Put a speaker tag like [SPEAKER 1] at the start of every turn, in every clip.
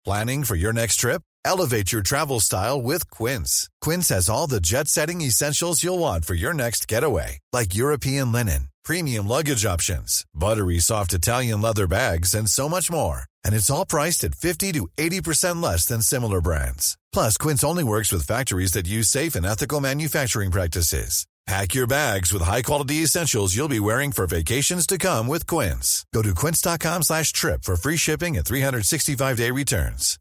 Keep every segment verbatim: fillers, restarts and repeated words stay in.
[SPEAKER 1] Planning for your next trip? Elevate your travel style with Quince. Quince has all the jet-setting essentials you'll want for your next getaway, like European linen, premium luggage options, buttery soft Italian leather bags, and so much more. And it's all priced at fifty to eighty percent less than similar brands. Plus, Quince only works with factories that use safe and ethical manufacturing practices. Pack your bags with high-quality essentials you'll be wearing for vacations to come with Quince. Go to quince.com slash trip for free shipping and three sixty-five day returns.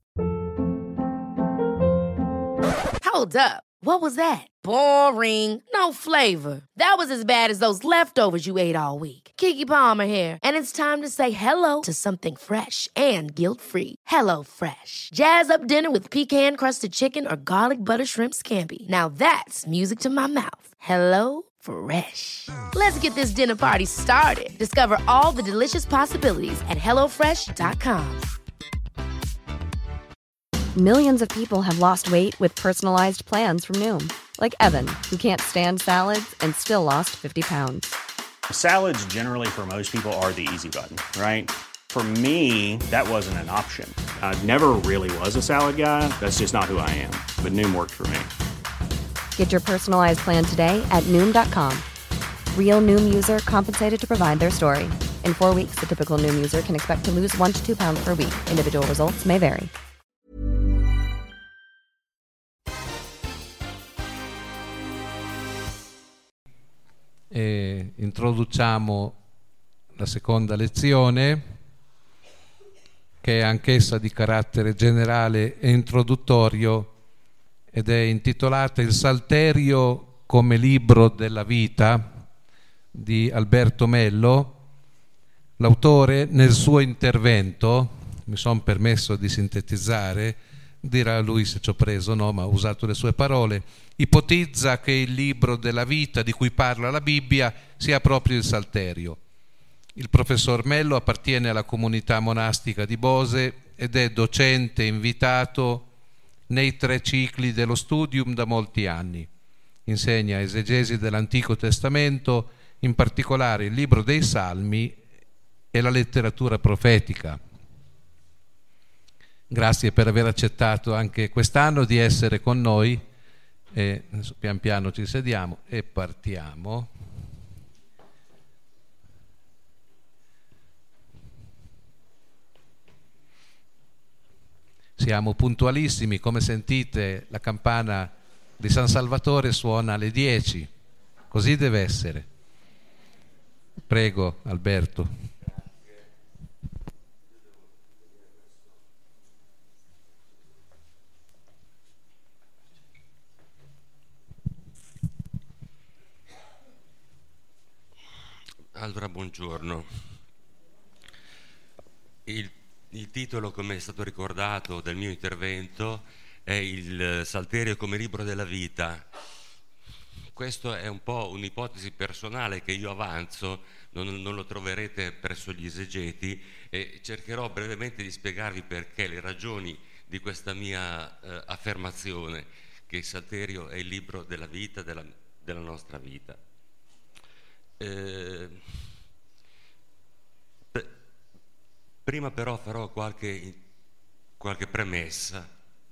[SPEAKER 2] Hold up. What was that? Boring. No flavor. That was as bad as those leftovers you ate all week. Keke Palmer here, and it's time to say hello to something fresh and guilt-free. Hello Fresh. Jazz up dinner with pecan-crusted chicken or garlic butter shrimp scampi. Now that's music to my mouth. Hello Fresh. Let's get this dinner party started. Discover all the delicious possibilities at hello fresh dot com.
[SPEAKER 3] Millions of people have lost weight with personalized plans from Noom. Like Evan, who can't stand salads and still lost fifty pounds.
[SPEAKER 4] Salads generally for most people are the easy button, right? For me, that wasn't an option. I never really was a salad guy. That's just not who I am. But Noom worked for me.
[SPEAKER 3] Get your personalized plan today at Noom dot com. Real Noom user compensated to provide their story. In four weeks, the typical Noom user can expect to lose one to two pounds per week. Individual results may vary.
[SPEAKER 5] E introduciamo la seconda lezione, che è anch'essa di carattere generale e introduttorio, ed è intitolata Il Salterio come libro della vita di Alberto Mello. L'autore nel suo intervento, mi sono permesso di sintetizzare, dirà lui se ci ho preso o no, ma ho usato le sue parole, ipotizza che il libro della vita di cui parla la Bibbia sia proprio il Salterio. Il professor Mello appartiene alla comunità monastica di Bose ed è docente invitato nei tre cicli dello Studium da molti anni. Insegna esegesi dell'Antico Testamento, in particolare il libro dei Salmi e la letteratura profetica. Grazie per aver accettato anche quest'anno di essere con noi. E adesso pian piano ci sediamo e partiamo. Siamo puntualissimi, come sentite la campana di San Salvatore suona alle dieci, così deve essere. Prego Alberto.
[SPEAKER 6] Allora, buongiorno. Il, il titolo, come è stato ricordato, del mio intervento è Il Salterio come libro della vita. Questo è un po' un'ipotesi personale che io avanzo, non, non lo troverete presso gli esegeti, e cercherò brevemente di spiegarvi perché, le ragioni di questa mia eh, affermazione, che il Salterio è il libro della vita, della, della nostra vita. Eh, prima però farò qualche, qualche premessa.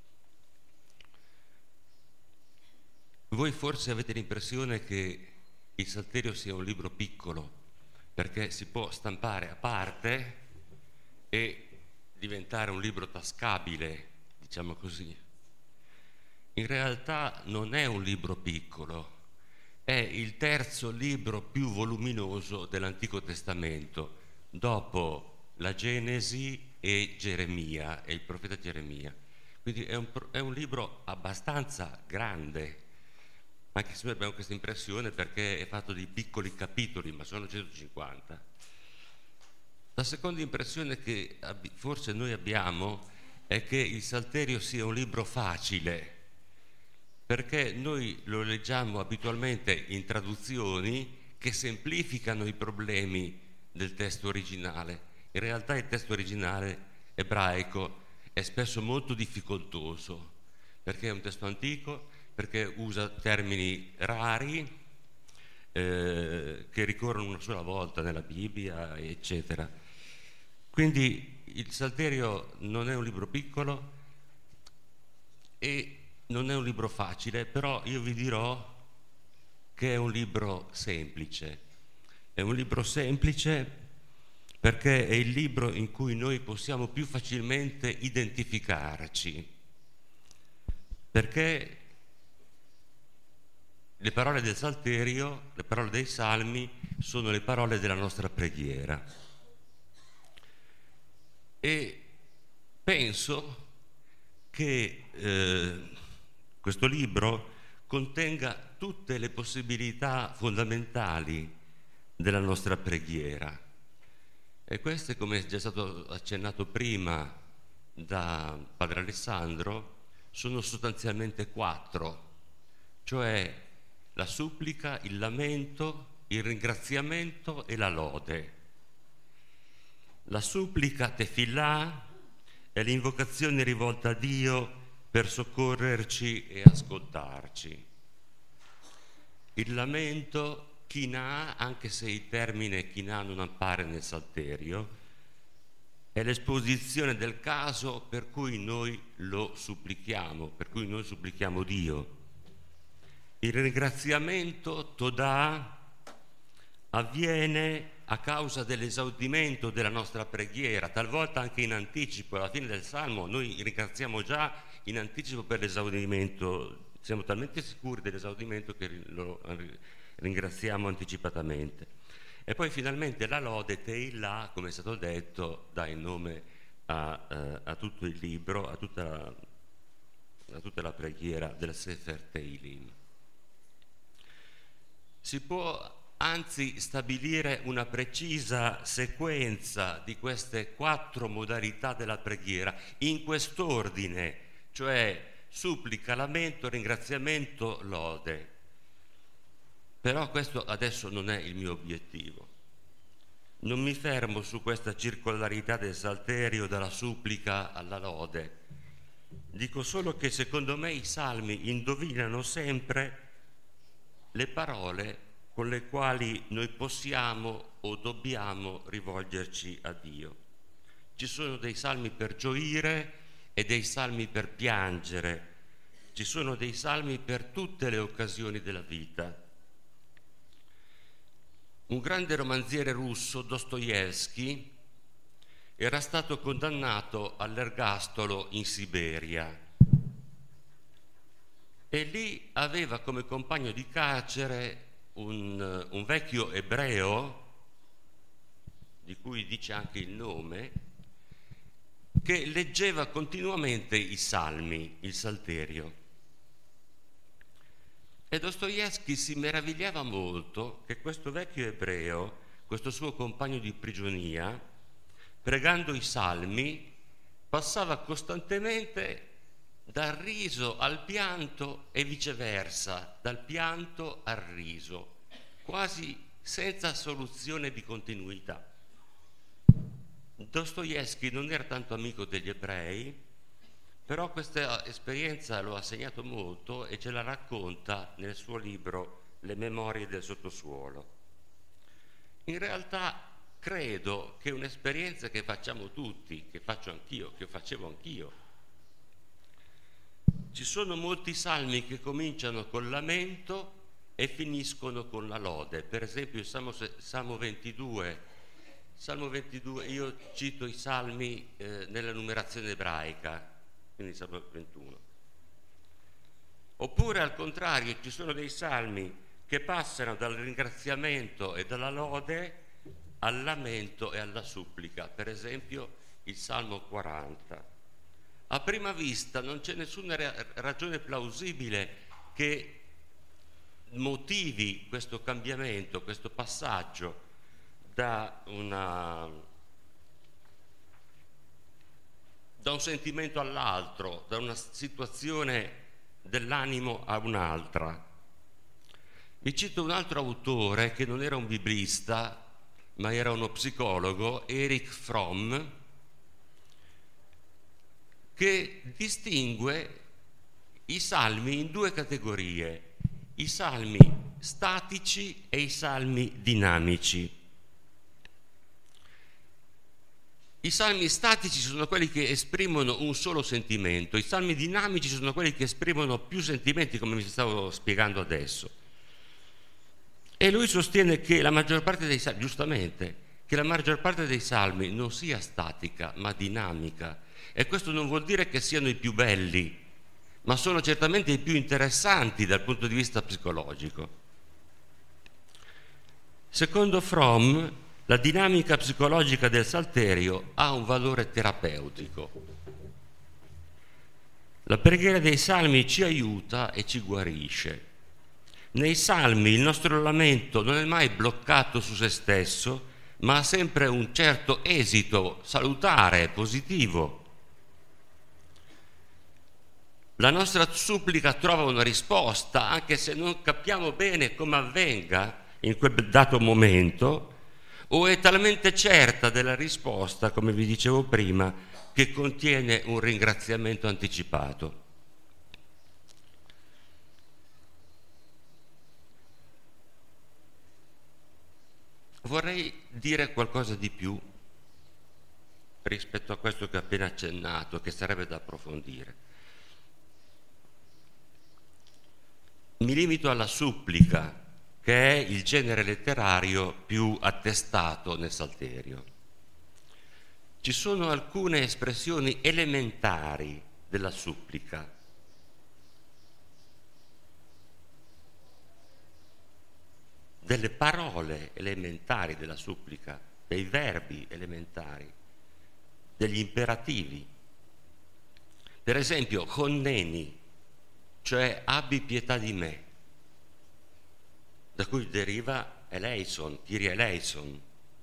[SPEAKER 6] Voi forse avete l'impressione che il Salterio sia un libro piccolo, perché si può stampare a parte e diventare un libro tascabile, diciamo così. In realtà non è un libro piccolo. È il terzo libro più voluminoso dell'Antico Testamento, dopo la Genesi e Geremia, e il profeta Geremia. Quindi è un, è un libro abbastanza grande, anche se noi abbiamo questa impressione perché è fatto di piccoli capitoli, ma sono centocinquanta. La seconda impressione che forse noi abbiamo è che il Salterio sia un libro facile, perché noi lo leggiamo abitualmente in traduzioni che semplificano i problemi del testo originale. In realtà il testo originale ebraico è spesso molto difficoltoso, perché è un testo antico, perché usa termini rari eh, che ricorrono una sola volta nella Bibbia, eccetera. Quindi il Salterio non è un libro piccolo e non è un libro facile, però io vi dirò che è un libro semplice. È un libro semplice perché è il libro in cui noi possiamo più facilmente identificarci, perché le parole del Salterio, le parole dei Salmi, sono le parole della nostra preghiera. E penso che eh, questo libro contenga tutte le possibilità fondamentali della nostra preghiera. E queste, come è già stato accennato prima da Padre Alessandro, sono sostanzialmente quattro, cioè la supplica, il lamento, il ringraziamento e la lode. La supplica, tefillà, è l'invocazione rivolta a Dio per soccorrerci e ascoltarci. Il lamento, chinà, anche se il termine chinà non appare nel Salterio, è l'esposizione del caso per cui noi lo supplichiamo, per cui noi supplichiamo Dio. Il ringraziamento, todà, avviene a causa dell'esaudimento della nostra preghiera, talvolta anche in anticipo. Alla fine del Salmo noi ringraziamo già in anticipo per l'esaudimento, siamo talmente sicuri dell'esaudimento che lo ringraziamo anticipatamente. E poi finalmente la lode, Teilà, come è stato detto, dà il nome a, a, a tutto il libro, a tutta, a tutta la preghiera del Sefer Teilim. Si può anzi stabilire una precisa sequenza di queste quattro modalità della preghiera in quest'ordine, cioè supplica, lamento, ringraziamento, lode. Però questo adesso non è il mio obiettivo. Non mi fermo su questa circolarità del Salterio dalla supplica alla lode. Dico solo che secondo me i salmi indovinano sempre le parole con le quali noi possiamo o dobbiamo rivolgerci a Dio. Ci sono dei salmi per gioire e dei salmi per piangere. Ci sono dei salmi per tutte le occasioni della vita. Un grande romanziere russo, Dostoevskij, era stato condannato all'ergastolo in Siberia e lì aveva come compagno di carcere un, un vecchio ebreo, di cui dice anche il nome, che leggeva continuamente i salmi, il Salterio. E Dostoevskij si meravigliava molto che questo vecchio ebreo, questo suo compagno di prigionia, pregando i salmi, passava costantemente dal riso al pianto e viceversa, dal pianto al riso, quasi senza soluzione di continuità. Dostoevskij non era tanto amico degli ebrei, però questa esperienza lo ha segnato molto e ce la racconta nel suo libro Le memorie del sottosuolo. In realtà credo che è un'esperienza che facciamo tutti, che faccio anch'io, che facevo anch'io. Ci sono molti salmi che cominciano col lamento e finiscono con la lode. Per esempio il Salmo, Salmo ventidue. Salmo ventidue, io cito i salmi eh, nella numerazione ebraica, quindi Salmo ventuno. Oppure al contrario, ci sono dei salmi che passano dal ringraziamento e dalla lode al lamento e alla supplica. Per esempio il Salmo quaranta. A prima vista non c'è nessuna ragione plausibile che motivi questo cambiamento, questo passaggio da una da un sentimento all'altro, da una situazione dell'animo a un'altra. Vi cito un altro autore che non era un biblista, ma era uno psicologo, Erich Fromm, che distingue i salmi in due categorie, i salmi statici e i salmi dinamici. I salmi statici sono quelli che esprimono un solo sentimento, i salmi dinamici sono quelli che esprimono più sentimenti, come vi stavo spiegando adesso. E lui sostiene che la maggior parte dei salmi, giustamente, che la maggior parte dei salmi non sia statica, ma dinamica. E questo non vuol dire che siano i più belli, ma sono certamente i più interessanti dal punto di vista psicologico. Secondo Fromm, la dinamica psicologica del Salterio ha un valore terapeutico. La preghiera dei salmi ci aiuta e ci guarisce. Nei salmi il nostro lamento non è mai bloccato su se stesso, ma ha sempre un certo esito salutare, positivo. La nostra supplica trova una risposta, anche se non capiamo bene come avvenga in quel dato momento, o è talmente certa della risposta, come vi dicevo prima, che contiene un ringraziamento anticipato. Vorrei dire qualcosa di più rispetto a questo che ho appena accennato, che sarebbe da approfondire. Mi limito alla supplica, che è il genere letterario più attestato nel Salterio. Ci sono alcune espressioni elementari della supplica. Delle parole elementari della supplica, dei verbi elementari, degli imperativi. Per esempio, honneni, cioè abbi pietà di me, da cui deriva eleison, Kyrie eleison.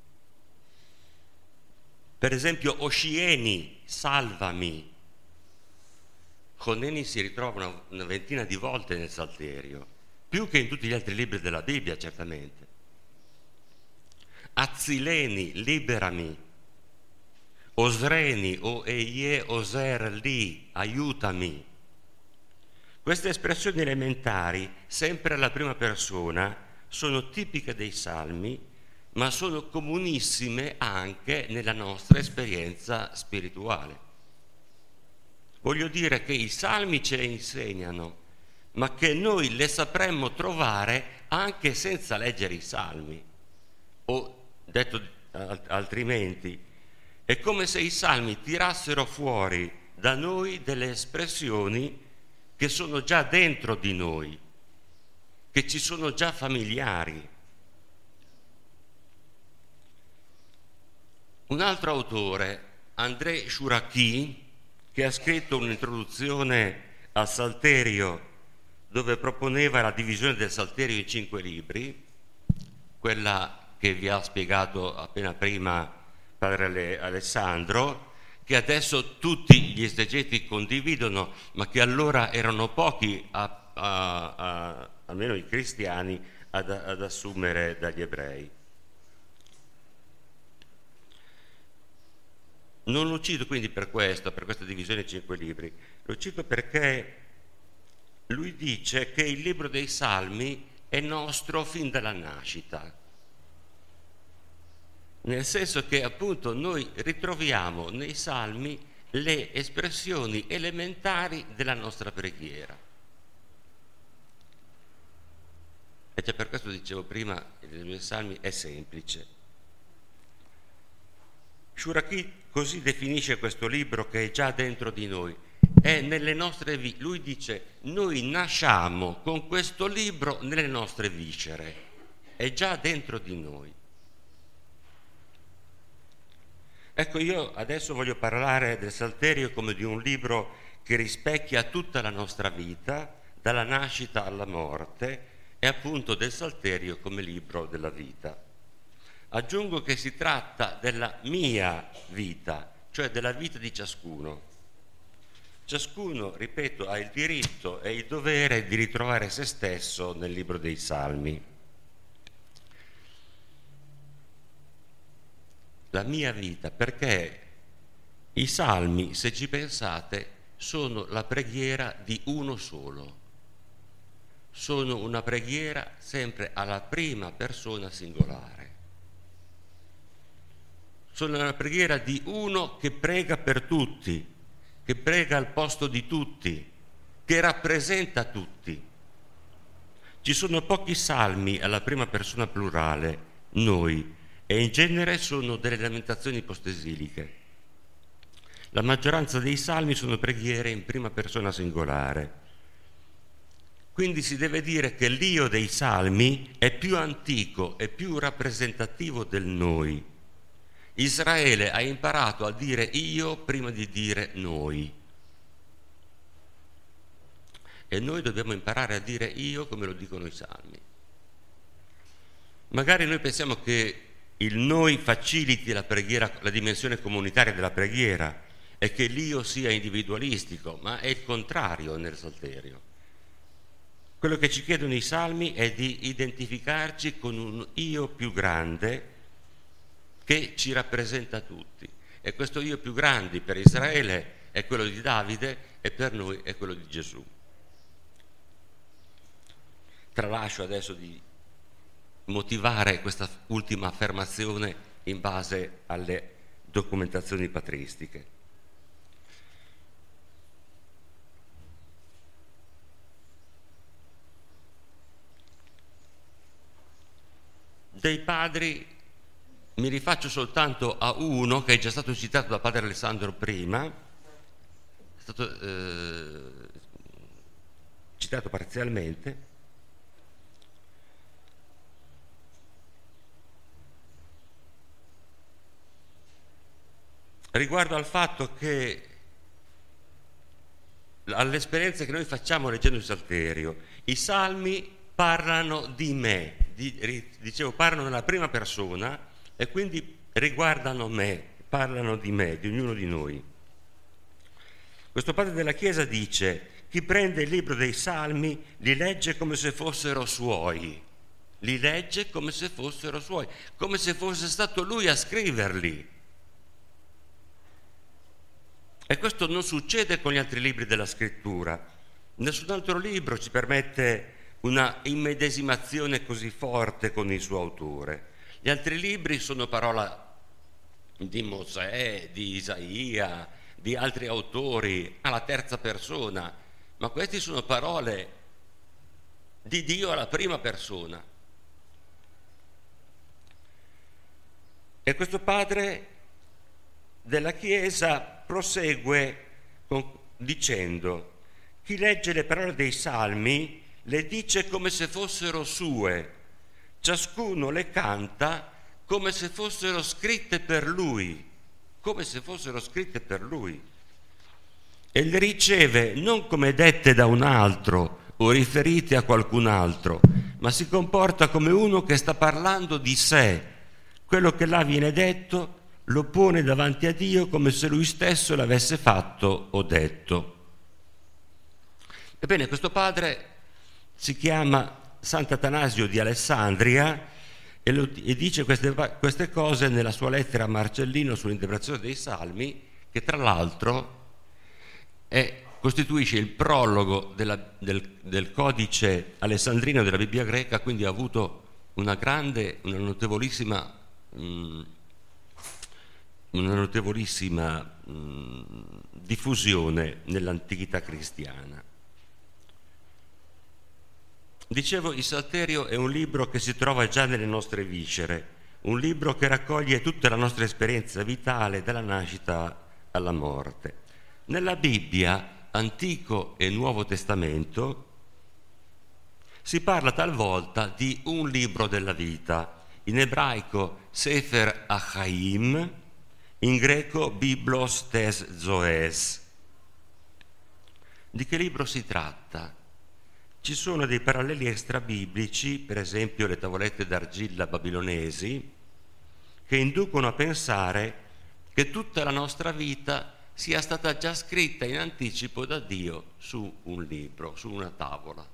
[SPEAKER 6] Per esempio, oscieni, salvami. Honneni si ritrova una, una ventina di volte nel Salterio, più che in tutti gli altri libri della Bibbia, certamente. Azzileni, liberami. Osreni, o eie oser li, aiutami. Queste espressioni elementari, sempre alla prima persona, sono tipiche dei salmi, ma sono comunissime anche nella nostra esperienza spirituale. Voglio dire che i salmi ce le insegnano, ma che noi le sapremmo trovare anche senza leggere i salmi. O, detto altrimenti, è come se i salmi tirassero fuori da noi delle espressioni che sono già dentro di noi, che ci sono già familiari. Un altro autore, André Chouraqui, che ha scritto un'introduzione al Salterio dove proponeva la divisione del Salterio in cinque libri, quella che vi ha spiegato appena prima padre Alessandro, che adesso tutti gli esegeti condividono, ma che allora erano pochi, a, a, a, almeno i cristiani, ad, ad assumere dagli ebrei. Non lo cito quindi per questo, per questa divisione in cinque libri, lo cito perché lui dice che il libro dei Salmi è nostro fin dalla nascita, nel senso che appunto noi ritroviamo nei Salmi le espressioni elementari della nostra preghiera. E già per questo dicevo prima, il mio Salmi è semplice. Chouraqui così definisce questo libro che è già dentro di noi. È nelle nostre vi- lui dice, noi nasciamo con questo libro nelle nostre viscere, è già dentro di noi. Ecco, io adesso voglio parlare del Salterio come di un libro che rispecchia tutta la nostra vita, dalla nascita alla morte, e appunto del Salterio come libro della vita. Aggiungo che si tratta della mia vita, cioè della vita di ciascuno. Ciascuno, ripeto, ha il diritto e il dovere di ritrovare se stesso nel libro dei Salmi. La mia vita, perché i Salmi, se ci pensate, sono la preghiera di uno solo. Sono una preghiera sempre alla prima persona singolare. sono una preghiera di uno che prega per tutti, che prega al posto di tutti, che rappresenta tutti. Ci sono pochi salmi alla prima persona plurale, noi, e in genere sono delle lamentazioni postesiliche. La maggioranza dei salmi sono preghiere in prima persona singolare. Quindi si deve dire che l'io dei salmi è più antico e più rappresentativo del noi. Israele ha imparato a dire io prima di dire noi. E noi dobbiamo imparare a dire io come lo dicono i salmi. Magari noi pensiamo che il noi faciliti la preghiera, la dimensione comunitaria della preghiera, e che l'io sia individualistico, ma è il contrario nel Salterio. Quello che ci chiedono i salmi è di identificarci con un io più grande che ci rappresenta tutti. E questo io più grande per Israele è quello di Davide e per noi è quello di Gesù. Tralascio adesso di motivare questa ultima affermazione in base alle documentazioni patristiche. Dei padri mi rifaccio soltanto a uno che è già stato citato da padre Alessandro prima, è stato eh, citato parzialmente. Riguardo al fatto che all'esperienza che noi facciamo leggendo il Salterio, i salmi parlano di me, di, dicevo parlano nella prima persona e quindi riguardano me, parlano di me, di ognuno di noi. Questo padre della Chiesa dice: chi prende il libro dei salmi li legge come se fossero suoi, li legge come se fossero suoi, come se fosse stato lui a scriverli. E questo non succede con gli altri libri della scrittura. Nessun altro libro ci permette una immedesimazione così forte con il suo autore. Gli altri libri sono parola di Mosè, di Isaia, di altri autori alla terza persona, ma questi sono parole di Dio alla prima persona. E questo padre della Chiesa prosegue con, dicendo: chi legge le parole dei salmi le dice come se fossero sue, ciascuno le canta come se fossero scritte per lui, come se fossero scritte per lui, e le riceve non come dette da un altro o riferite a qualcun altro, ma si comporta come uno che sta parlando di sé. Quello che là viene detto lo pone davanti a Dio come se lui stesso l'avesse fatto o detto. Ebbene, questo padre si chiama Sant'Atanasio di Alessandria e, lo, e dice queste, queste cose nella sua lettera a Marcellino sull'interpretazione dei Salmi, che tra l'altro è, costituisce il prologo della, del, del codice alessandrino della Bibbia greca, quindi ha avuto una grande, una notevolissima, mh, una notevolissima mh, diffusione nell'antichità cristiana. Dicevo, il Salterio è un libro che si trova già nelle nostre viscere, un libro che raccoglie tutta la nostra esperienza vitale dalla nascita alla morte. Nella Bibbia, Antico e Nuovo Testamento, si parla talvolta di un libro della vita, in ebraico Sefer HaChaim, in greco Biblos tes Zoes. Di che libro si tratta? Ci sono dei paralleli extrabiblici, per esempio le tavolette d'argilla babilonesi, che inducono a pensare che tutta la nostra vita sia stata già scritta in anticipo da Dio su un libro, su una tavola.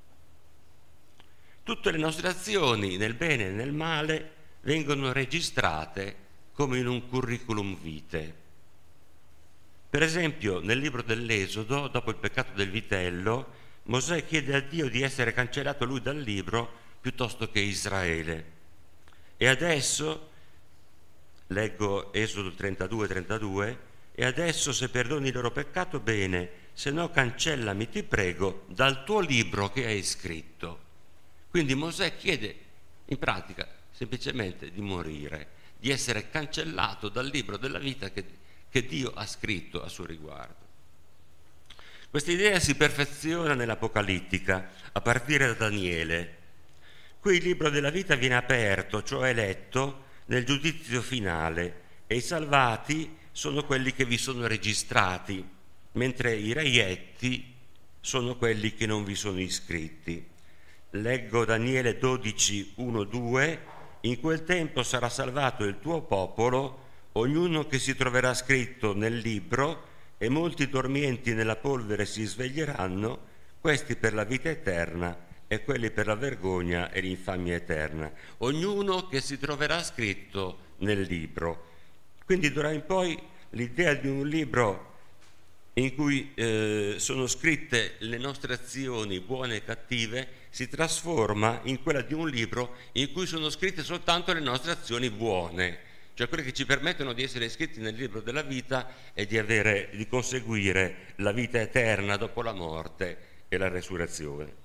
[SPEAKER 6] Tutte le nostre azioni, nel bene e nel male, vengono registrate come in un curriculum vitae. Per esempio, nel libro dell'Esodo, dopo il peccato del vitello, Mosè chiede a Dio di essere cancellato lui dal libro piuttosto che Israele. E adesso leggo Esodo trentadue trentadue, e adesso se perdoni il loro peccato bene, se no cancellami, ti prego, dal tuo libro che hai scritto. Quindi Mosè chiede in pratica semplicemente di morire, di essere cancellato dal libro della vita che, che Dio ha scritto a suo riguardo. Questa idea si perfeziona nell'Apocalittica, a partire da Daniele. Qui il libro della vita viene aperto, cioè letto, nel giudizio finale, e i salvati sono quelli che vi sono registrati, mentre i reietti sono quelli che non vi sono iscritti. Leggo Daniele dodici uno due, in quel tempo sarà salvato il tuo popolo, ognuno che si troverà scritto nel libro, e molti dormienti nella polvere si sveglieranno, questi per la vita eterna e quelli per la vergogna e l'infamia eterna. Ognuno che si troverà scritto nel libro. Quindi d'ora in poi l'idea di un libro in cui eh, sono scritte le nostre azioni buone e cattive si trasforma in quella di un libro in cui sono scritte soltanto le nostre azioni buone, cioè quelle che ci permettono di essere iscritti nel libro della vita e di avere, di conseguire la vita eterna dopo la morte e la resurrezione.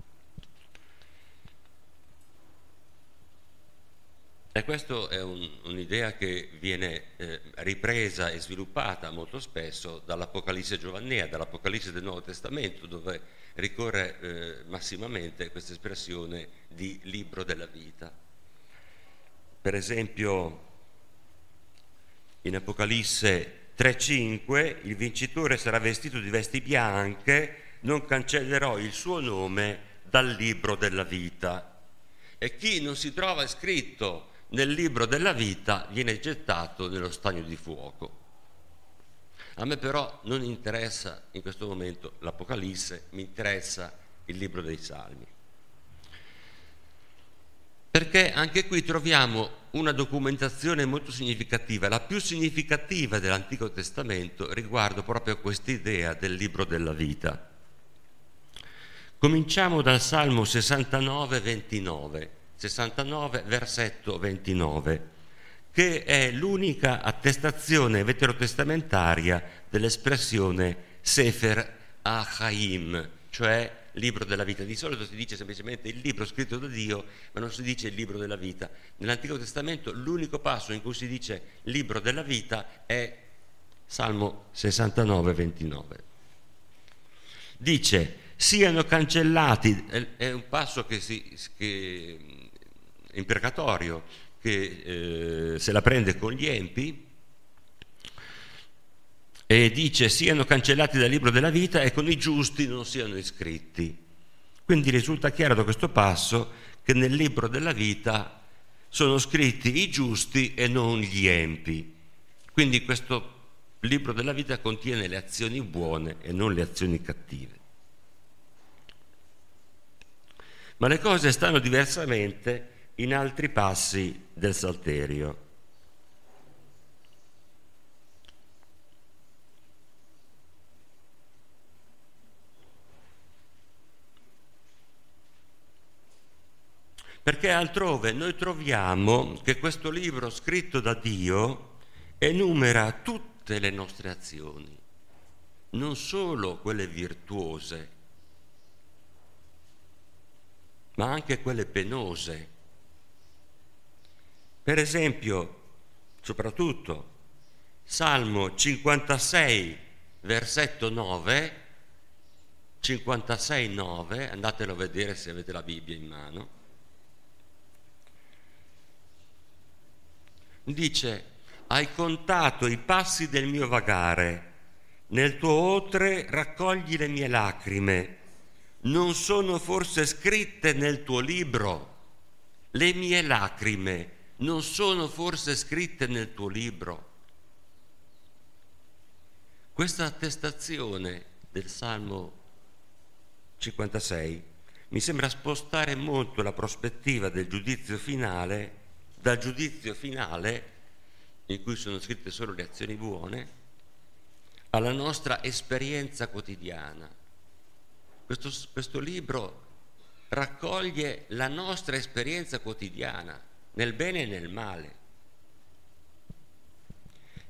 [SPEAKER 6] E questa è un, un'idea che viene eh, ripresa e sviluppata molto spesso dall'Apocalisse giovannea, dall'Apocalisse del Nuovo Testamento, dove ricorre eh, massimamente questa espressione di libro della vita. Per esempio, in Apocalisse tre cinque, il vincitore sarà vestito di vesti bianche, non cancellerò il suo nome dal libro della vita. E chi non si trova scritto nel libro della vita viene gettato nello stagno di fuoco. A me però non interessa in questo momento l'Apocalisse, mi interessa il libro dei Salmi. Perché anche qui troviamo una documentazione molto significativa, la più significativa dell'Antico Testamento riguardo proprio a quest'idea del libro della vita. Cominciamo dal Salmo sessantanove ventinove. sessantanove versetto ventinove, che è l'unica attestazione veterotestamentaria dell'espressione Sefer HaChaim, cioè libro della vita. Di solito si dice semplicemente il libro scritto da Dio, ma non si dice il libro della vita. Nell'Antico Testamento l'unico passo in cui si dice libro della vita è Salmo sessantanove ventinove. Dice: siano cancellati, è un passo che si che imprecatorio, che eh, se la prende con gli empi, e dice siano cancellati dal libro della vita e con i giusti non siano iscritti. Quindi risulta chiaro da questo passo che nel libro della vita sono scritti i giusti e non gli empi. Quindi questo libro della vita contiene le azioni buone e non le azioni cattive. Ma le cose stanno diversamente in altri passi del Salterio. Perché altrove noi troviamo che questo libro scritto da Dio enumera tutte le nostre azioni, non solo quelle virtuose, ma anche quelle penose. Per esempio, soprattutto, Salmo cinquantasei, versetto nove, cinquantasei nove, andatelo a vedere se avete la Bibbia in mano, dice: hai contato i passi del mio vagare, nel tuo otre raccogli le mie lacrime, non sono forse scritte nel tuo libro? Le mie lacrime non sono forse scritte nel tuo libro? Questa attestazione del Salmo cinquantasei mi sembra spostare molto la prospettiva del giudizio finale, dal giudizio finale, in cui sono scritte solo le azioni buone, alla nostra esperienza quotidiana. Questo, questo libro raccoglie la nostra esperienza quotidiana, nel bene e nel male.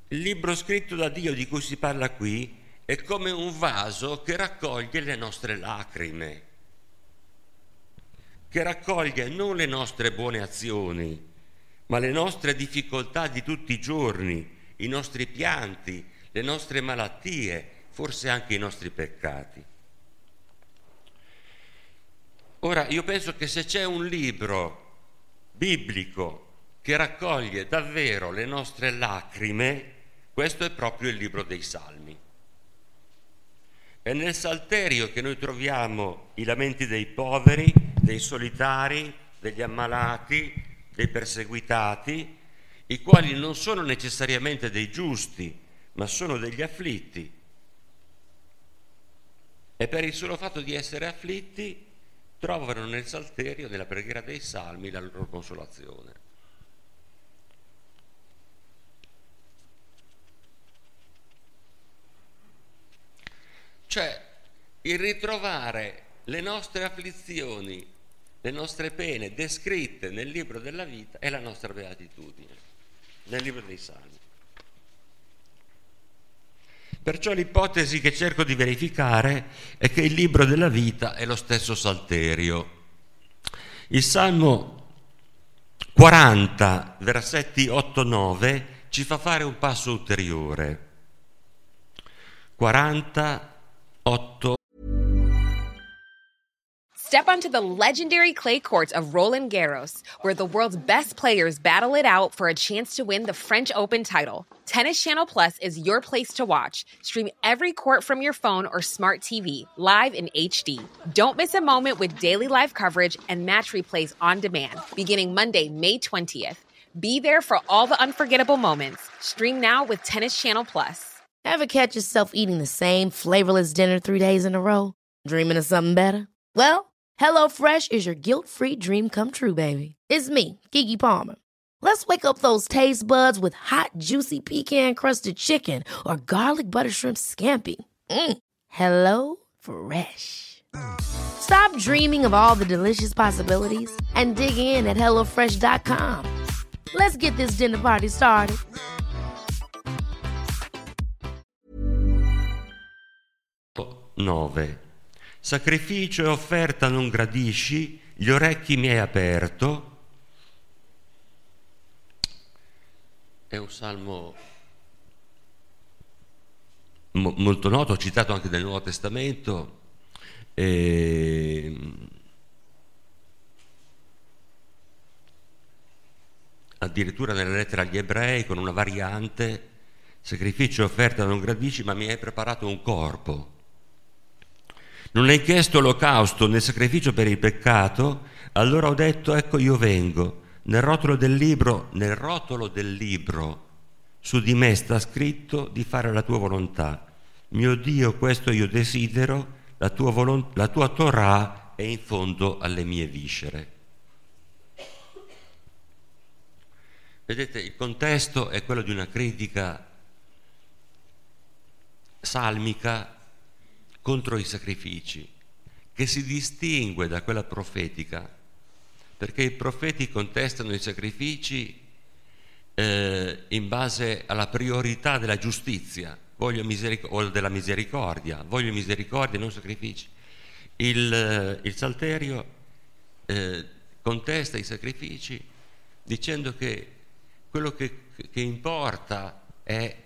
[SPEAKER 6] Il libro scritto da Dio di cui si parla qui è come un vaso che raccoglie le nostre lacrime, che raccoglie non le nostre buone azioni, ma le nostre difficoltà di tutti i giorni, i nostri pianti, le nostre malattie, forse anche i nostri peccati. Ora, io penso che se c'è un libro biblico che raccoglie davvero le nostre lacrime, questo è proprio il libro dei Salmi. È nel Salterio che noi troviamo i lamenti dei poveri, dei solitari, degli ammalati, dei perseguitati, i quali non sono necessariamente dei giusti, ma sono degli afflitti. E per il solo fatto di essere afflitti trovano nel Salterio, nella preghiera dei Salmi, la loro consolazione. Cioè, il ritrovare le nostre afflizioni, le nostre pene descritte nel libro della vita è la nostra beatitudine, nel libro dei Salmi. Perciò l'ipotesi che cerco di verificare è che il libro della vita è lo stesso Salterio. Il Salmo quaranta, versetti otto nove, ci fa fare un passo ulteriore. quaranta, otto.
[SPEAKER 7] Step onto the legendary clay courts of Roland Garros, where the world's best players battle it out for a chance to win the French Open title. Tennis Channel Plus is your place to watch. Stream every court from your phone or smart T V, live in H D. Don't miss a moment with daily live coverage and match replays on demand, beginning Monday, May twentieth. Be there for all the unforgettable moments. Stream now with Tennis Channel Plus.
[SPEAKER 2] Ever catch yourself eating the same flavorless dinner three days in a row? Dreaming of something better? Well, HelloFresh is your guilt-free dream come true, baby. It's me, Keke Palmer. Let's wake up those taste buds with hot, juicy pecan-crusted chicken or garlic butter shrimp scampi. Mm. Hello Fresh. Stop dreaming of all the delicious possibilities and dig in at hello fresh dot com. Let's get this dinner party started.
[SPEAKER 6] nove. Sacrificio e offerta non gradisci, gli orecchi mi hai aperto. È un salmo mo- molto noto, citato anche nel Nuovo Testamento. E... addirittura nella lettera agli Ebrei, con una variante: sacrificio e offerta non gradisci, ma mi hai preparato un corpo. Non hai chiesto olocausto né sacrificio per il peccato, allora ho detto: ecco io vengo. Nel rotolo del libro, nel rotolo del libro su di me sta scritto di fare la tua volontà. Mio Dio, questo io desidero, la tua, volont- la tua Torah è in fondo alle mie viscere. Vedete, il contesto è quello di una critica salmica contro i sacrifici, che si distingue da quella profetica, perché i profeti contestano i sacrifici eh, in base alla priorità della giustizia, voglio miseric- o della misericordia, voglio misericordia, non sacrifici. Il, il Salterio eh, contesta i sacrifici dicendo che quello che, che importa è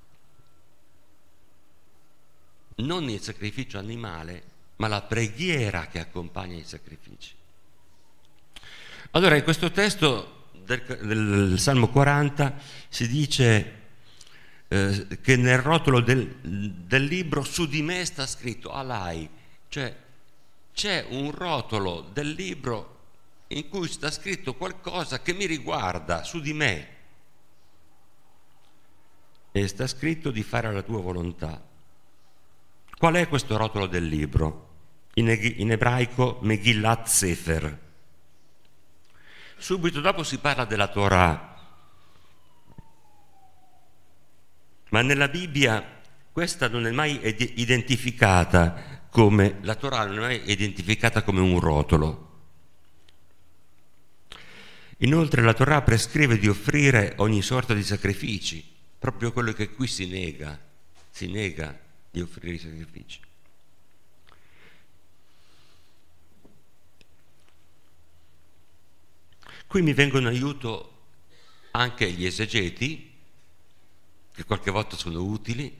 [SPEAKER 6] non il sacrificio animale, ma la preghiera che accompagna i sacrifici. Allora, in questo testo del, del Salmo quaranta si dice eh, che nel rotolo del, del libro su di me sta scritto alai, cioè c'è un rotolo del libro in cui sta scritto qualcosa che mi riguarda, su di me, e sta scritto di fare la tua volontà. Qual è questo rotolo del libro? In, in ebraico Megillat Sefer. Subito dopo si parla della Torah, ma nella Bibbia questa non è mai identificata come, la Torah non è mai identificata come un rotolo. Inoltre la Torah prescrive di offrire ogni sorta di sacrifici, proprio quello che qui si nega, si nega di offrire i sacrifici. Qui mi vengono in aiuto anche gli esegeti, che qualche volta sono utili.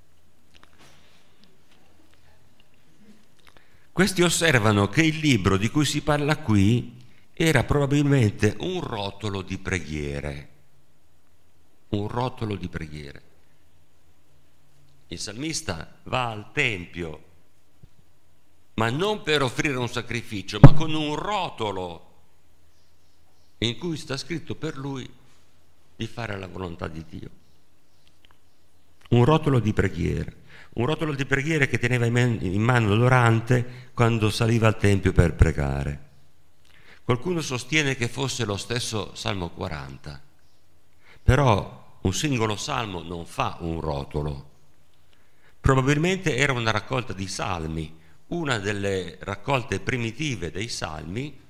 [SPEAKER 6] Questi osservano che il libro di cui si parla qui era probabilmente un rotolo di preghiere, un rotolo di preghiere. Il salmista va al tempio, ma non per offrire un sacrificio, ma con un rotolo in cui sta scritto per lui di fare la volontà di Dio. Un rotolo di preghiere, un rotolo di preghiere che teneva in mano l'orante quando saliva al tempio per pregare. Qualcuno sostiene che fosse lo stesso Salmo quaranta, però un singolo salmo non fa un rotolo. Probabilmente era una raccolta di salmi, una delle raccolte primitive dei salmi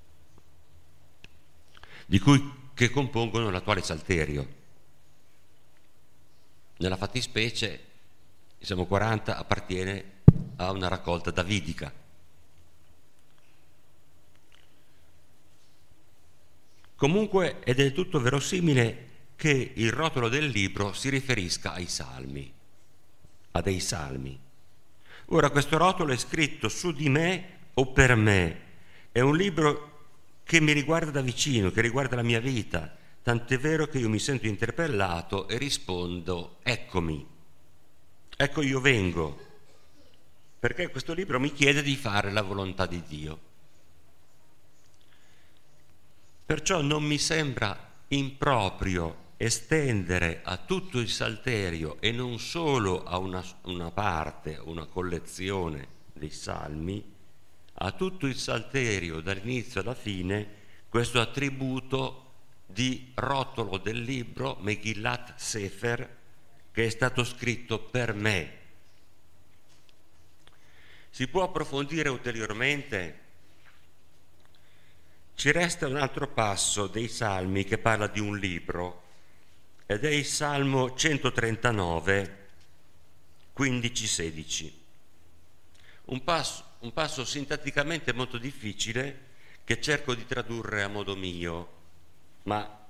[SPEAKER 6] di cui che compongono l'attuale Salterio. Nella fattispecie il Salmo quaranta appartiene a una raccolta davidica. Comunque è del tutto verosimile che il rotolo del libro si riferisca ai salmi, a dei salmi. Ora, questo rotolo è scritto su di me o per me, è un libro che mi riguarda da vicino, che riguarda la mia vita, tant'è vero che io mi sento interpellato e rispondo: eccomi, ecco io vengo, perché questo libro mi chiede di fare la volontà di Dio. Perciò non mi sembra improprio estendere a tutto il Salterio e non solo a una, una parte, una collezione dei salmi, a tutto il Salterio dall'inizio alla fine questo attributo di rotolo del libro Megillat Sefer, che è stato scritto per me. Si può approfondire ulteriormente. Ci resta un altro passo dei Salmi che parla di un libro, ed è il Salmo centotrentanove, quindici sedici. Un passo, un passo sintatticamente molto difficile che cerco di tradurre a modo mio, ma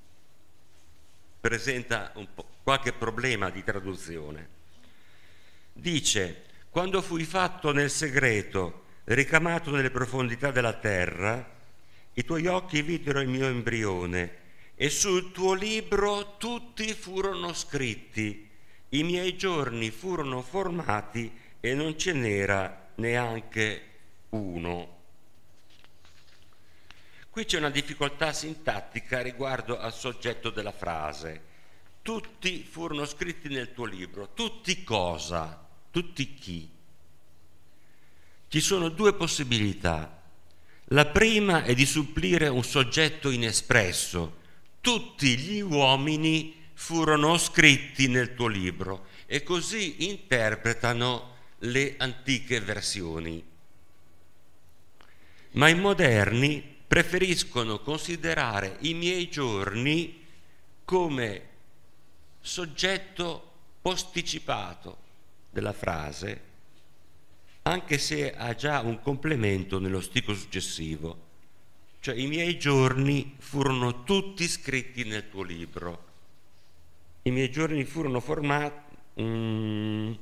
[SPEAKER 6] presenta un po' qualche problema di traduzione. Dice: quando fui fatto nel segreto, ricamato nelle profondità della terra, i tuoi occhi videro il mio embrione e sul tuo libro tutti furono scritti, i miei giorni furono formati e non ce n'era neanche uno. Qui c'è una difficoltà sintattica riguardo al soggetto della frase. Tutti furono scritti nel tuo libro. Tutti cosa? Tutti chi? Ci sono due possibilità. La prima è di supplire un soggetto inespresso. Tutti gli uomini furono scritti nel tuo libro, e così interpretano le antiche versioni. Ma i moderni preferiscono considerare i miei giorni come soggetto posticipato della frase, anche se ha già un complemento nello stico successivo, cioè i miei giorni furono tutti scritti nel tuo libro, i miei giorni furono formati mm,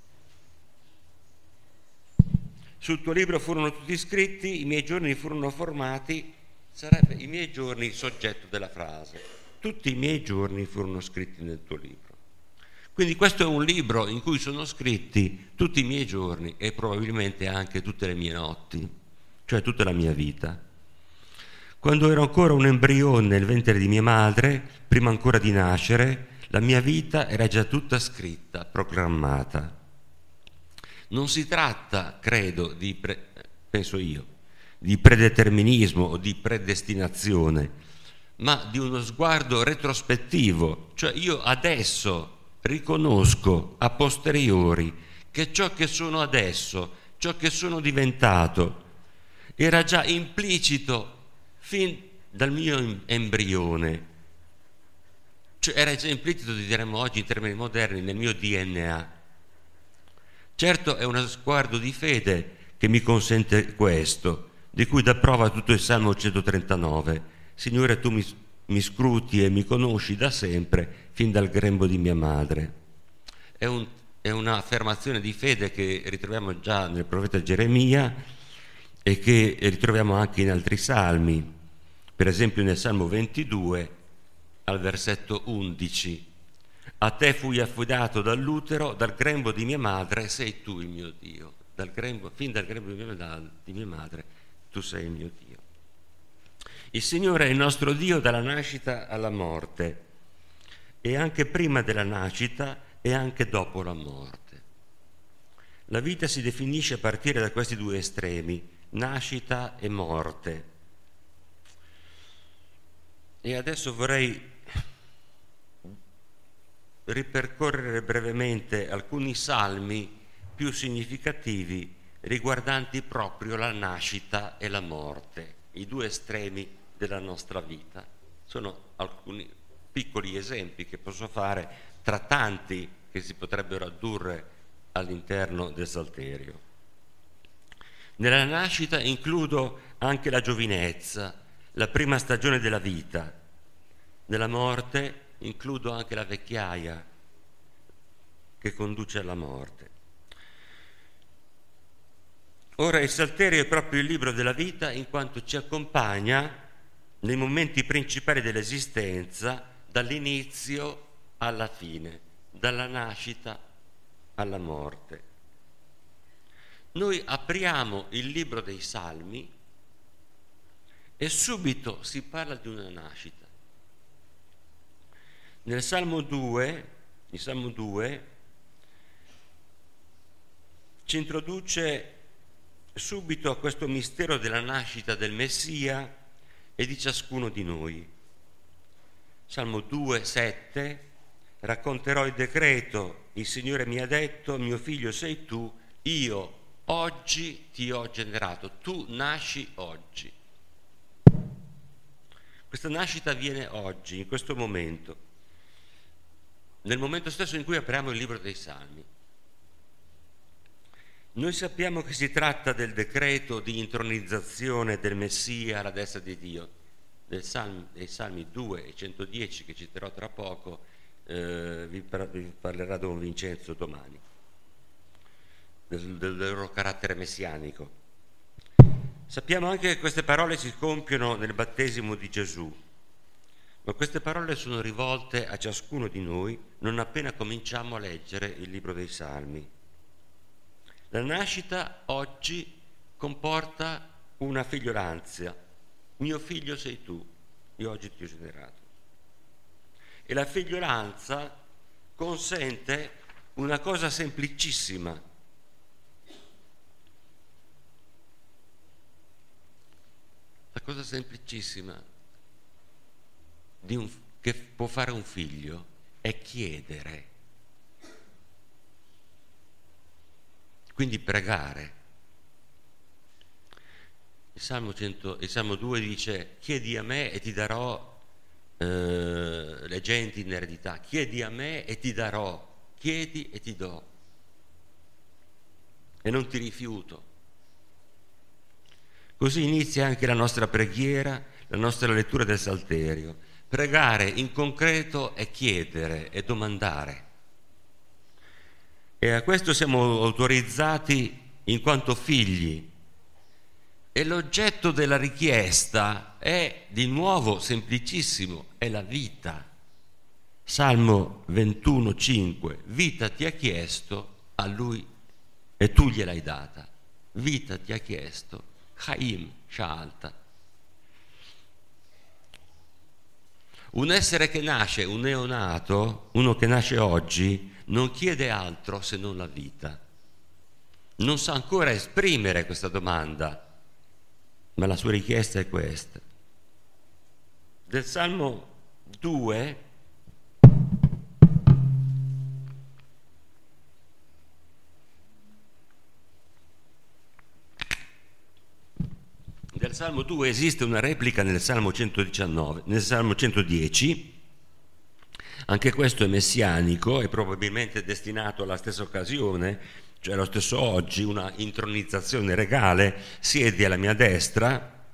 [SPEAKER 6] sul tuo libro furono tutti scritti, i miei giorni furono formati, sarebbe i miei giorni il soggetto della frase, tutti i miei giorni furono scritti nel tuo libro. Quindi questo è un libro in cui sono scritti tutti i miei giorni e probabilmente anche tutte le mie notti, cioè tutta la mia vita. Quando ero ancora un embrione nel ventre di mia madre, prima ancora di nascere, la mia vita era già tutta scritta, programmata. Non si tratta, credo, di pre- penso io, di predeterminismo o di predestinazione, ma di uno sguardo retrospettivo, cioè io adesso riconosco a posteriori che ciò che sono adesso, ciò che sono diventato, era già implicito fin dal mio embrione, Cioè, era già implicito, diremmo oggi in termini moderni, nel mio D N A. Certo, è uno sguardo di fede che mi consente questo, di cui dà prova tutto il Salmo centotrentanove. Signore, tu mi, mi scruti e mi conosci da sempre, fin dal grembo di mia madre. È, un, è un'affermazione di fede che ritroviamo già nel profeta Geremia e che ritroviamo anche in altri salmi, per esempio nel Salmo ventidue al versetto undici. A te fui affidato dall'utero, dal grembo di mia madre sei tu il mio Dio. Dal grembo, fin dal grembo di mia, di mia madre tu sei il mio Dio. Il Signore è il nostro Dio dalla nascita alla morte, e anche prima della nascita e anche dopo la morte. La vita si definisce a partire da questi due estremi, nascita e morte. E adesso vorrei ripercorrere brevemente alcuni salmi più significativi riguardanti proprio la nascita e la morte, i due estremi della nostra vita. Sono alcuni piccoli esempi che posso fare tra tanti che si potrebbero addurre all'interno del Salterio. Nella nascita includo anche la giovinezza, la prima stagione della vita. Nella morte includo anche la vecchiaia che conduce alla morte. Ora il Salterio è proprio il libro della vita in quanto ci accompagna nei momenti principali dell'esistenza, dall'inizio alla fine, dalla nascita alla morte. Noi apriamo il libro dei Salmi e subito si parla di una nascita. Nel Salmo due, il Salmo due ci introduce subito a questo mistero della nascita del Messia e di ciascuno di noi. Salmo due, sette, racconterò il decreto, il Signore mi ha detto, mio figlio sei tu, io oggi ti ho generato, tu nasci oggi. Questa nascita avviene oggi, in questo momento, nel momento stesso in cui apriamo il libro dei Salmi. Noi sappiamo che si tratta del decreto di intronizzazione del Messia alla destra di Dio, del Salmi, dei Salmi due e centodieci che citerò tra poco, eh, vi, par- vi parlerà Don Vincenzo domani, del, del loro carattere messianico. Sappiamo anche che queste parole si compiono nel battesimo di Gesù, ma queste parole sono rivolte a ciascuno di noi non appena cominciamo a leggere il libro dei Salmi. La nascita oggi comporta una figliolanza. Mio figlio sei tu, io oggi ti ho generato. E la figliolanza consente una cosa semplicissima. La cosa semplicissima di un, che può fare un figlio è chiedere. Quindi pregare. Il Salmo, cento, il Salmo due dice: chiedi a me e ti darò eh, le genti in eredità, chiedi a me e ti darò, chiedi e ti do, e non ti rifiuto. Così inizia anche la nostra preghiera, la nostra lettura del Salterio. Pregare in concreto è chiedere, è domandare. E a questo siamo autorizzati in quanto figli. E l'oggetto della richiesta è di nuovo semplicissimo, è la vita. Salmo ventuno, cinque, vita ti ha chiesto, a lui e tu gliel'hai data. Vita ti ha chiesto, Chaim, Sha'alta. Un essere che nasce, un neonato, uno che nasce oggi, non chiede altro se non la vita. Non sa ancora esprimere questa domanda, ma la sua richiesta è questa. Del Salmo due del Salmo due esiste una replica nel Salmo centodiciannove, nel Salmo centodieci, Anche questo è messianico e probabilmente destinato alla stessa occasione, cioè allo stesso oggi, una intronizzazione regale. Siedi alla mia destra.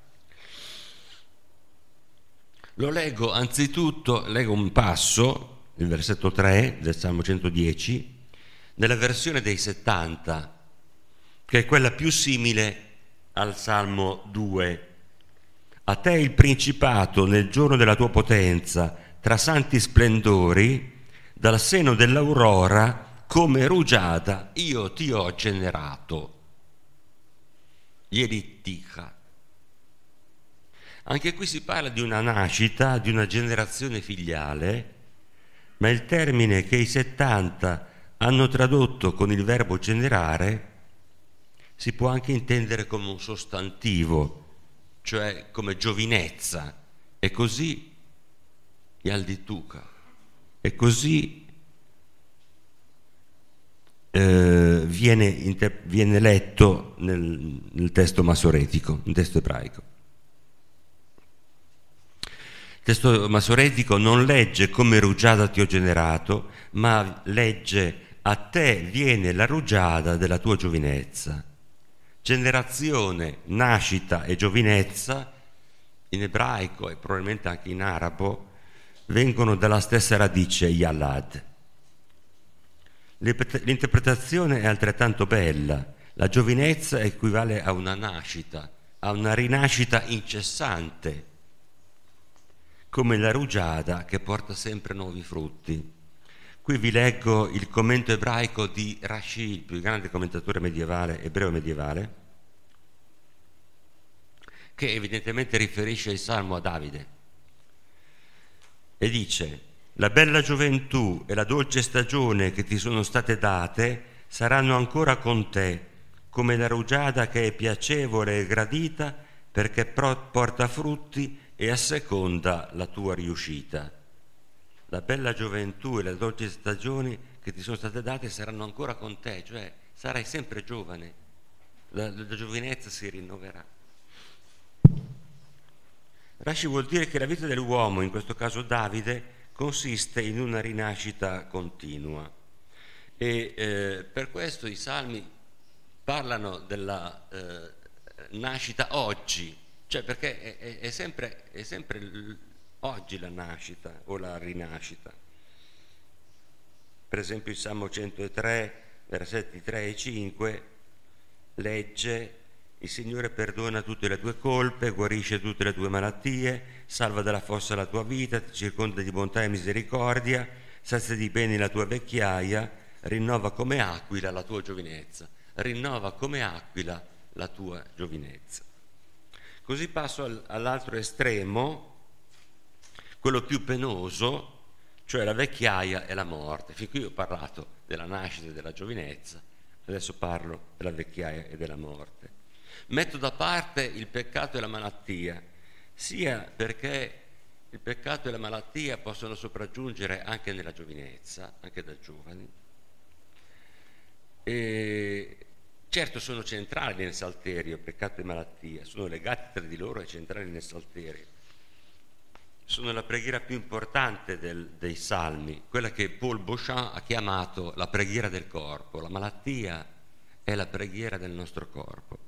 [SPEAKER 6] Lo leggo anzitutto, leggo un passo, il versetto tre del Salmo centodieci, nella versione dei settanta, che è quella più simile al Salmo due. A te il principato nel giorno della tua potenza, tra santi splendori, dal seno dell'aurora, come rugiada, io ti ho generato. Yerittica. Anche qui si parla di una nascita, di una generazione filiale, ma il termine che i settanta hanno tradotto con il verbo generare si può anche intendere come un sostantivo, cioè come giovinezza. E così Yaldituka, e così eh, viene, inter- viene letto nel, nel testo masoretico, nel testo ebraico. Il testo masoretico non legge come rugiada ti ho generato, ma legge a te viene la rugiada della tua giovinezza. Generazione, nascita e giovinezza in ebraico e probabilmente anche in arabo vengono dalla stessa radice yalad. L'interpretazione è altrettanto bella. La giovinezza equivale a una nascita, a una rinascita incessante, come la rugiada che porta sempre nuovi frutti. Qui vi leggo il commento ebraico di Rashi, il più grande commentatore medievale, ebreo medievale, che evidentemente riferisce il Salmo a Davide. E dice: la bella gioventù e la dolce stagione che ti sono state date saranno ancora con te, come la rugiada che è piacevole e gradita perché porta frutti e asseconda la tua riuscita. La bella gioventù e le dolci stagioni che ti sono state date saranno ancora con te, cioè sarai sempre giovane, la, la giovinezza si rinnoverà. Rashi vuol dire che la vita dell'uomo, in questo caso Davide, consiste in una rinascita continua e eh, per questo i salmi parlano della eh, nascita oggi, cioè perché è, è, è sempre, è sempre l- oggi la nascita o la rinascita. Per esempio il Salmo centotré, versetti tre e cinque, legge: il Signore perdona tutte le tue colpe, guarisce tutte le tue malattie, salva dalla fossa la tua vita, ti circonda di bontà e misericordia, sazia di beni la tua vecchiaia, rinnova come aquila la tua giovinezza. Rinnova come aquila la tua giovinezza. Così passo all'altro estremo, quello più penoso, cioè la vecchiaia e la morte. Fin qui ho parlato della nascita e della giovinezza, adesso parlo della vecchiaia e della morte. Metto da parte il peccato e la malattia, sia perché il peccato e la malattia possono sopraggiungere anche nella giovinezza, anche da giovani. E certo sono centrali nel Salterio, peccato e malattia, sono legati tra di loro e centrali nel Salterio. Sono la preghiera più importante del, dei Salmi, quella che Paul Beauchamp ha chiamato la preghiera del corpo. La malattia è la preghiera del nostro corpo.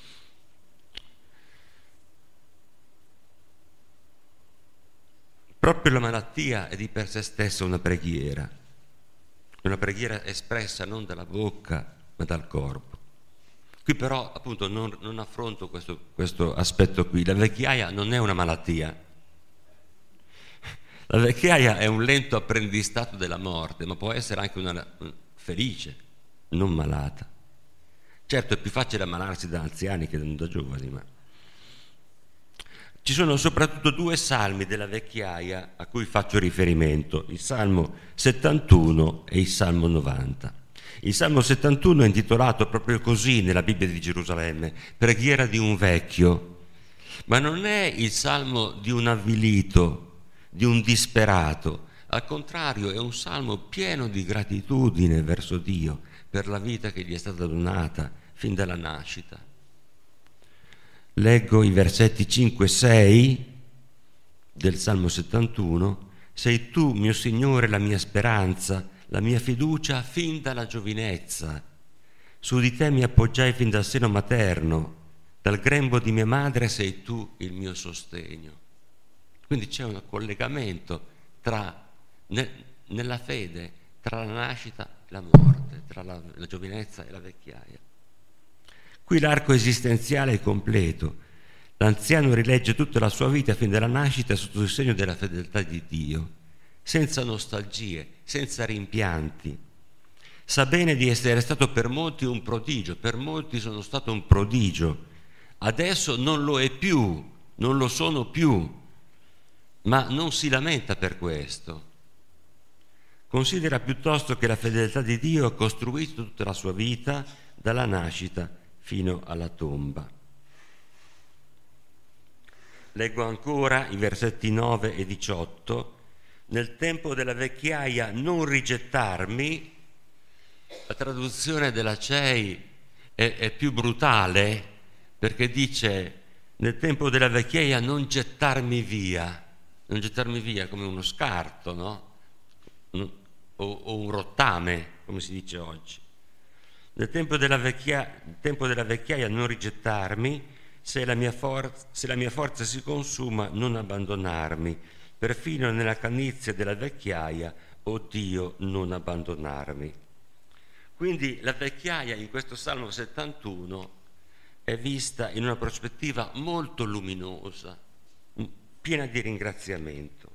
[SPEAKER 6] Proprio la malattia è di per sé stessa una preghiera, una preghiera espressa non dalla bocca ma dal corpo. Qui però appunto non, non affronto questo, questo aspetto qui. La vecchiaia non è una malattia. La vecchiaia è un lento apprendistato della morte, ma può essere anche una felice, non malata. Certo è più facile ammalarsi da anziani che da giovani, ma ci sono soprattutto due salmi della vecchiaia a cui faccio riferimento, il Salmo settantuno e il Salmo novanta. Il Salmo settantuno è intitolato proprio così nella Bibbia di Gerusalemme, preghiera di un vecchio, ma non è il salmo di un avvilito, di un disperato. Al contrario, è un salmo pieno di gratitudine verso Dio per la vita che gli è stata donata fin dalla nascita. Leggo i versetti cinque e sei del Salmo settantuno. Sei tu, mio Signore, la mia speranza, la mia fiducia fin dalla giovinezza. Su di te mi appoggiai fin dal seno materno, dal grembo di mia madre sei tu il mio sostegno. Quindi c'è un collegamento tra, ne, nella fede tra la nascita e la morte, tra la, la giovinezza e la vecchiaia. Qui l'arco esistenziale è completo. L'anziano rilegge tutta la sua vita fin dalla nascita sotto il segno della fedeltà di Dio, senza nostalgie, senza rimpianti. Sa bene di essere stato per molti un prodigio, per molti sono stato un prodigio. Adesso non lo è più, non lo sono più, ma non si lamenta per questo. Considera piuttosto che la fedeltà di Dio ha costruito tutta la sua vita dalla nascita fino alla tomba. Leggo ancora i versetti nove e diciotto. Nel tempo della vecchiaia non rigettarmi. La traduzione della C E I è, è più brutale, perché dice nel tempo della vecchiaia non gettarmi via, non gettarmi via come uno scarto, no? O, o un rottame, come si dice oggi. Nel tempo della, vecchia, tempo della vecchiaia non rigettarmi, se la, mia forza, se la mia forza si consuma non abbandonarmi, perfino nella canizia della vecchiaia, o Dio, non abbandonarmi. Quindi la vecchiaia in questo Salmo settantuno è vista in una prospettiva molto luminosa, piena di ringraziamento.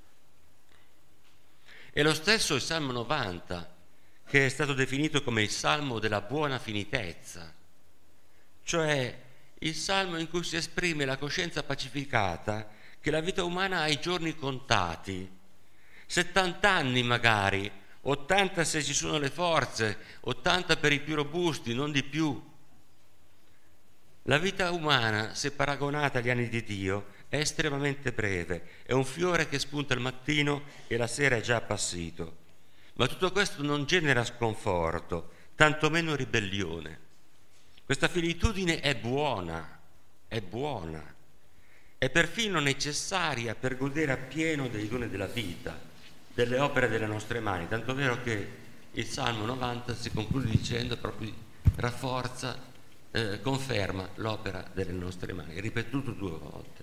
[SPEAKER 6] E lo stesso il Salmo novanta, che è stato definito come il Salmo della buona finitezza, cioè il Salmo in cui si esprime la coscienza pacificata che la vita umana ha i giorni contati, settanta anni magari, ottanta se ci sono le forze, ottanta per i più robusti, non di più. La vita umana, se paragonata agli anni di Dio, è estremamente breve, è un fiore che spunta il mattino e la sera è già appassito. Ma tutto questo non genera sconforto, tantomeno ribellione. Questa finitudine è buona, è buona, è perfino necessaria per godere appieno dei doni della vita, delle opere delle nostre mani, tanto vero che il Salmo novanta si conclude dicendo proprio rafforza, eh, conferma l'opera delle nostre mani, ripetuto due volte.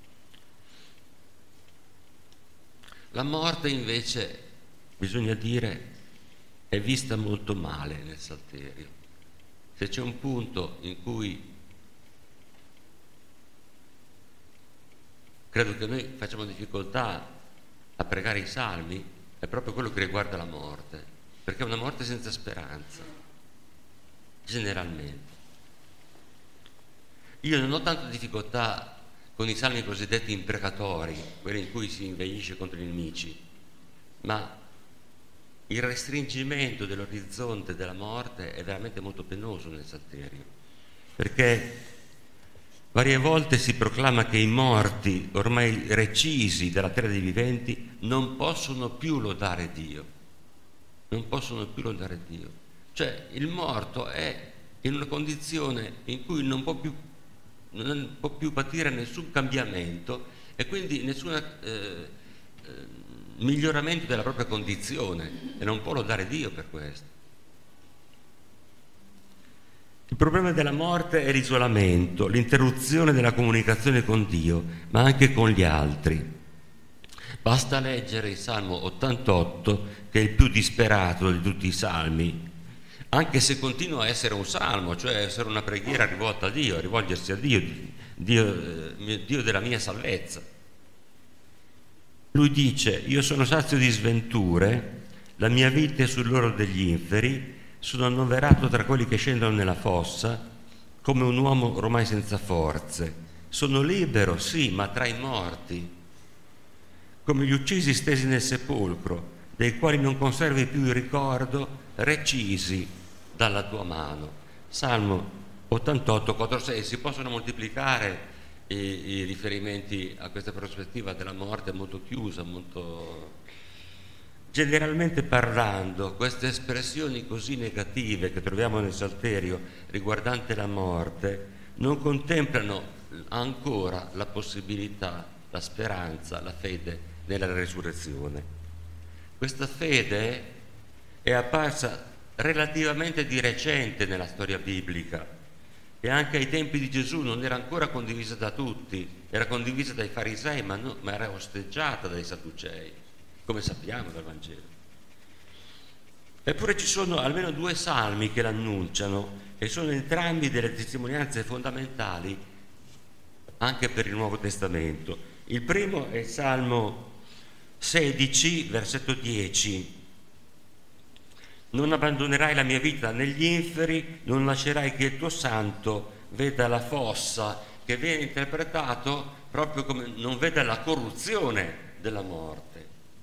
[SPEAKER 6] La morte invece, bisogna dire, è vista molto male nel Salterio. Se c'è un punto in cui credo che noi facciamo difficoltà a pregare i salmi, è proprio quello che riguarda la morte, perché è una morte senza speranza, generalmente. Io non ho tanta difficoltà con i salmi cosiddetti imprecatori, quelli in cui si inveisce contro i nemici, ma il restringimento dell'orizzonte della morte è veramente molto penoso nel Salterio, perché varie volte si proclama che i morti, ormai recisi dalla terra dei viventi, non possono più lodare Dio, non possono più lodare Dio. Cioè il morto è in una condizione in cui non può più, non può più patire nessun cambiamento e quindi nessun eh, eh, miglioramento della propria condizione, e non può lodare Dio per questo. Il problema della morte è l'isolamento, l'interruzione della comunicazione con Dio, ma anche con gli altri. Basta leggere il Salmo ottantotto, che è il più disperato di tutti i salmi, anche se continua a essere un salmo, cioè essere una preghiera rivolta a Dio, a rivolgersi a Dio, Dio, eh, Dio della mia salvezza. Lui dice: io sono sazio di sventure, la mia vita è sull'oro degli inferi, sono annoverato tra quelli che scendono nella fossa, come un uomo ormai senza forze. Sono libero, sì, ma tra i morti, come gli uccisi stesi nel sepolcro, dei quali non conservi più il ricordo, recisi dalla tua mano. Salmo ottantotto, quattro, sei. Si possono moltiplicare i, i riferimenti a questa prospettiva della morte molto chiusa, molto... Generalmente parlando, queste espressioni così negative che troviamo nel Salterio riguardante la morte non contemplano ancora la possibilità, la speranza, la fede nella risurrezione. Questa fede è apparsa relativamente di recente nella storia biblica e anche ai tempi di Gesù non era ancora condivisa da tutti, era condivisa dai farisei, ma, no, ma era osteggiata dai sadducei, come sappiamo dal Vangelo. Eppure ci sono almeno due salmi che l'annunciano e sono entrambi delle testimonianze fondamentali anche per il Nuovo Testamento. Il primo è il Salmo sedici, versetto dieci. Non abbandonerai la mia vita negli inferi, non lascerai che il tuo santo veda la fossa, che viene interpretato proprio come non veda la corruzione della morte,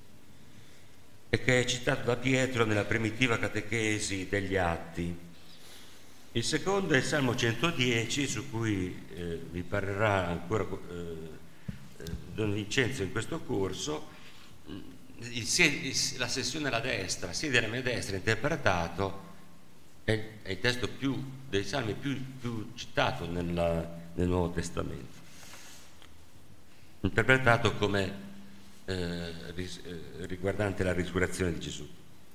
[SPEAKER 6] e che è citato da Pietro nella primitiva catechesi degli Atti. Il secondo è il Salmo centodieci, su cui eh, vi parlerà ancora eh, Don Vincenzo in questo corso. Il, il, la sessione alla destra, siede alla mia destra, interpretato, è, è il testo più, dei salmi più, più citato nella, nel Nuovo Testamento, interpretato come eh, ris, eh, riguardante la risurrezione di Gesù.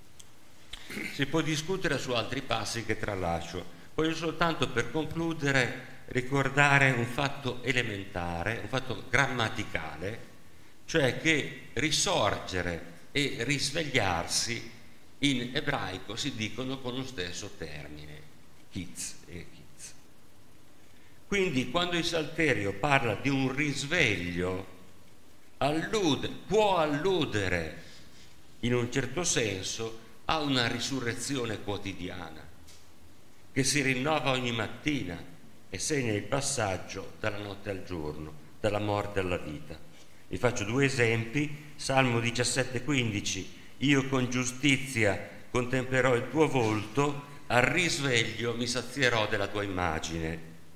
[SPEAKER 6] Si può discutere su altri passi che tralascio. Voglio soltanto, per concludere, ricordare un fatto elementare, un fatto grammaticale, cioè che risorgere e risvegliarsi in ebraico si dicono con lo stesso termine, kitz e kitz. Quindi quando il Salterio parla di un risveglio, allude, può alludere in un certo senso a una risurrezione quotidiana che si rinnova ogni mattina e segna il passaggio dalla notte al giorno, dalla morte alla vita. Vi faccio due esempi. Salmo diciassette quindici: io con giustizia contemplerò il tuo volto, al risveglio mi sazierò della tua immagine.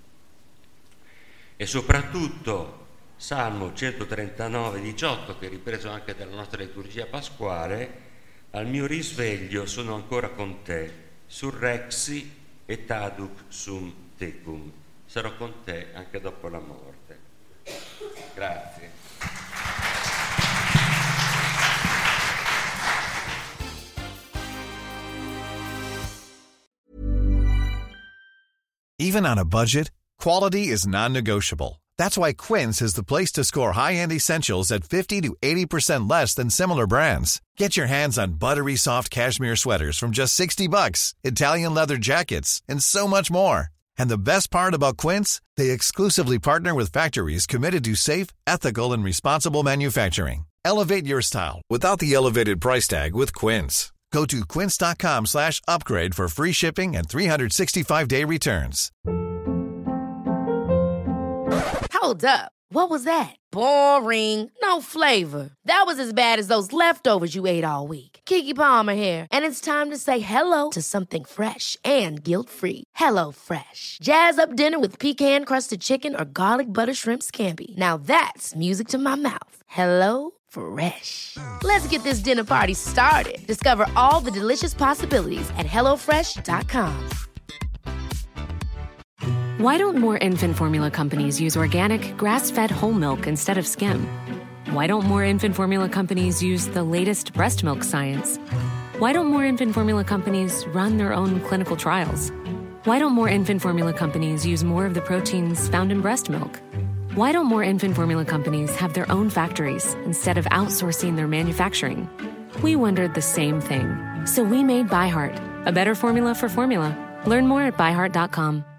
[SPEAKER 6] E soprattutto Salmo centotrentanove diciotto, che è ripreso anche dalla nostra liturgia pasquale: al mio risveglio sono ancora con te, surrexi et aduc sum tecum, sarò con te anche dopo la morte. Grazie.
[SPEAKER 1] Even on a budget, quality is non-negotiable. That's why Quince is the place to score high-end essentials at fifty to eighty percent less than similar brands. Get your hands on buttery soft cashmere sweaters from just sixty bucks, Italian leather jackets, and so much more. And the best part about Quince, they exclusively partner with factories committed to safe, ethical, and responsible manufacturing. Elevate your style without the elevated price tag with Quince. Go to quince.com slash upgrade for free shipping and three sixty-five day returns.
[SPEAKER 2] Hold up. What was that? Boring. No flavor. That was as bad as those leftovers you ate all week. Keke Palmer here, and it's time to say hello to something fresh and guilt-free. Hello Fresh. Jazz up dinner with pecan-crusted chicken or garlic butter shrimp scampi. Now that's music to my mouth. Hello Fresh. Let's get this dinner party started. Discover all the delicious possibilities at hello fresh dot com.
[SPEAKER 8] Why don't more infant formula companies use organic, grass-fed whole milk instead of skim? Why don't more infant formula companies use the latest breast milk science? Why don't more infant formula companies run their own clinical trials? Why don't more infant formula companies use more of the proteins found in breast milk? Why don't more infant formula companies have their own factories instead of outsourcing their manufacturing? We wondered the same thing. So we made ByHeart, a better formula for formula. Learn more at by heart dot com.